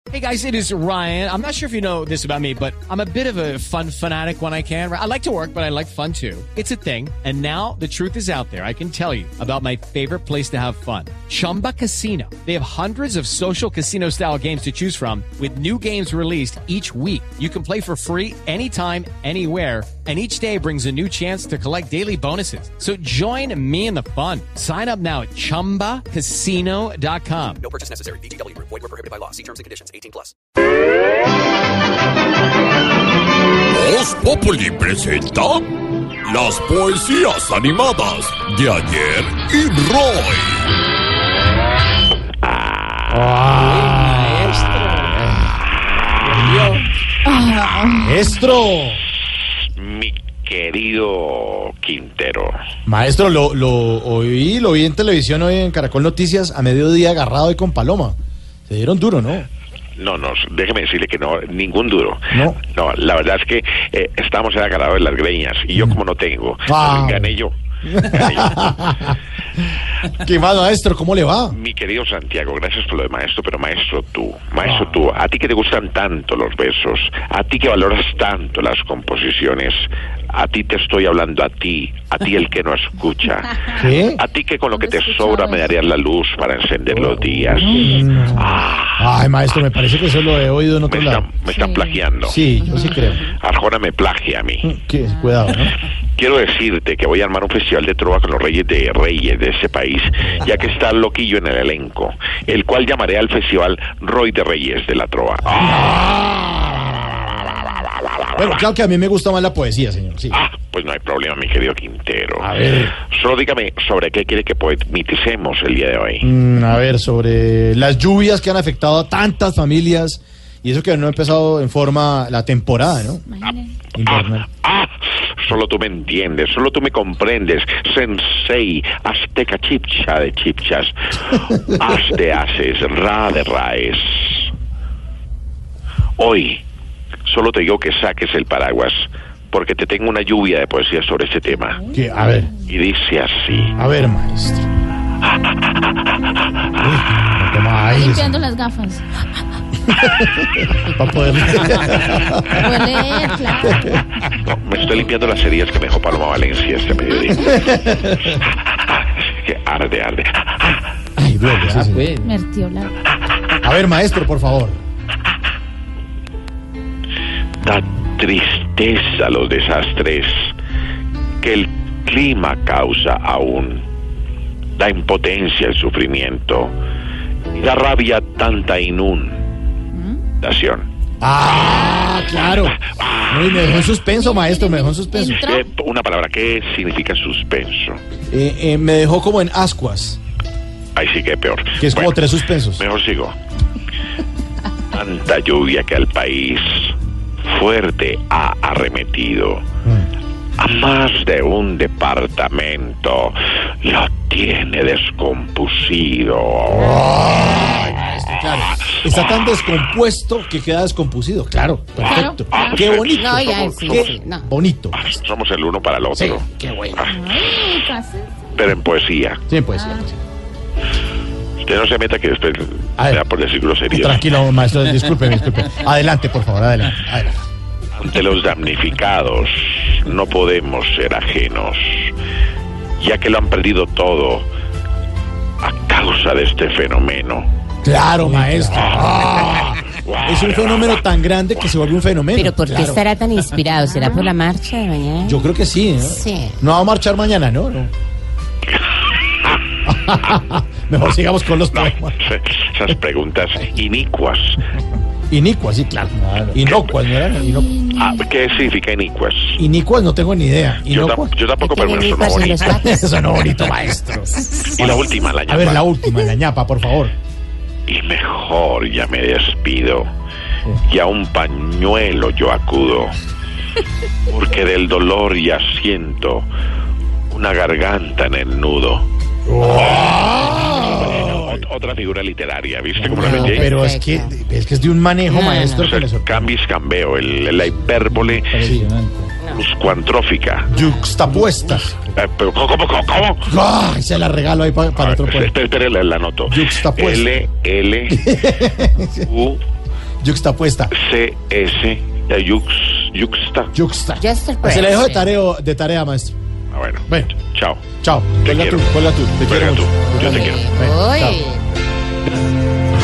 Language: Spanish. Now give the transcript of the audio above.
Hey guys, it is Ryan. I'm not sure if you know this about me, but I'm a bit of a fun fanatic when I can. I like to work, but I like fun too. It's a thing. And now the truth is out there. I can tell you about my favorite place to have fun. Chumba Casino. They have hundreds of social casino style games to choose from with new games released each week. You can play for free anytime, anywhere. And each day brings a new chance to collect daily bonuses. So join me in the fun. Sign up now at ChumbaCasino.com. No purchase necessary. VGW Group. Void where prohibited by law. See terms and conditions. 18+. Voz Populi presenta las poesías animadas de ayer y Roy. Maestro. Mi querido Quintero. Maestro, lo vi en televisión hoy en Caracol Noticias a mediodía agarrado ahí con Paloma. Se dieron duro, ¿no? No, déjeme decirle que no, ningún duro. No, la verdad es que estamos agarrados de las greñas y yo como no tengo, gané yo. ¿Qué más, maestro? ¿Cómo le va? Mi querido Santiago, gracias por lo de maestro, pero maestro tú, a ti que te gustan tanto los versos, a ti que valoras tanto las composiciones, a ti te estoy hablando, a ti el que no escucha. ¿Qué? A ti que con lo que te sobra me darías la luz para encender los días. Ay, maestro, me parece que eso lo he oído en otro lado. Me están plagiando. Sí, yo sí creo. Arjona me plagia a mí. ¿Qué? Cuidado, ¿no? Quiero decirte que voy a armar un festival de trova con los reyes de ese país, ya que está Loquillo en el elenco, el cual llamaré al festival Roy de Reyes de la Trova. Bueno, claro que a mí me gusta más la poesía, señor. Sí. Pues no hay problema, mi querido Quintero. A ver. Solo dígame sobre qué quiere que poeticemos el día de hoy. A ver, sobre las lluvias que han afectado a tantas familias y eso que no ha empezado en forma la temporada, ¿no? Invernal. Solo tú me entiendes, solo tú me comprendes, sensei, azteca chipcha de chipchas, as de ases, ra de raes. Hoy solo te digo que saques el paraguas, porque te tengo una lluvia de poesía sobre este tema. ¿Qué? A ver. Y dice así. A ver, maestro. Toma aire. Limpiando las gafas. Para poder leer, claro. No, me estoy limpiando las heridas que me dejó Paloma Valencia este mediodía. Que arde. Ay, duele, sí, sí. Mertiola. A ver, maestro, por favor. Da tristeza los desastres que el clima causa aún. Da impotencia el sufrimiento. Y da rabia tanta inundación. Claro. Uy, me dejó en suspenso, maestro, me dejó en suspenso. Una palabra, ¿qué significa suspenso? Me dejó como en ascuas. Ahí sí que peor. Que es como 3 suspensos. Mejor sigo. Tanta lluvia que al país fuerte ha arremetido. A más de un departamento lo tiene descompusido. Claro. Está tan descompuesto que queda descompusido. Claro, perfecto. Claro. Qué bonito. No, ya, Qué bonito. Somos el uno para el otro. Sí, qué bueno. Ay, casi. Pero en poesía. Sí, en poesía. Usted no se meta que después ver. sea por decir groserías. Tranquilo, maestro, disculpe. Adelante, por favor, adelante. Ante los damnificados no podemos ser ajenos, ya que lo han perdido todo a causa de este fenómeno. Claro, maestro. Es un fenómeno tan grande que se vuelve un fenómeno. Pero ¿por qué estará tan inspirado? ¿Será por la marcha de mañana? Yo creo que sí, ¿no? Sí. No va a marchar mañana, ¿no? Mejor sigamos con los poemas. Esas preguntas inicuas. Inicuas, sí, claro. Inocuas, ¿no eran? ¿Qué significa inicuas? Inicuas no tengo ni idea. Yo tampoco, pero bueno, sonó bonito. Sonó bonito, maestro. Y la última, la ñapa. A ver, la última, la ñapa, por favor. Y mejor ya me despido, y a un pañuelo yo acudo, porque del dolor ya siento una garganta en el nudo. Otra figura literaria, ¿viste cómo la metí? Pero es que es de un manejo, maestro. O sea, cambis cambeo, la hipérbole pluscuantrófica. Yuxtapuesta. Pero, ¿cómo? Ay, se la regalo ahí para otro poema. Espera, la anoto. Yuxtapuesta. L, U, Yuxtapuesta. CS, yuxta. Yuxta. Just a Se le dejo de tarea, maestro. Ah, bueno. Bueno. Chao. Chao. Te Cuelga quiero. tú, cuelga tú. Te Cuelga quiero tú. mucho. Yo te quiero. Bueno, Uy. chao.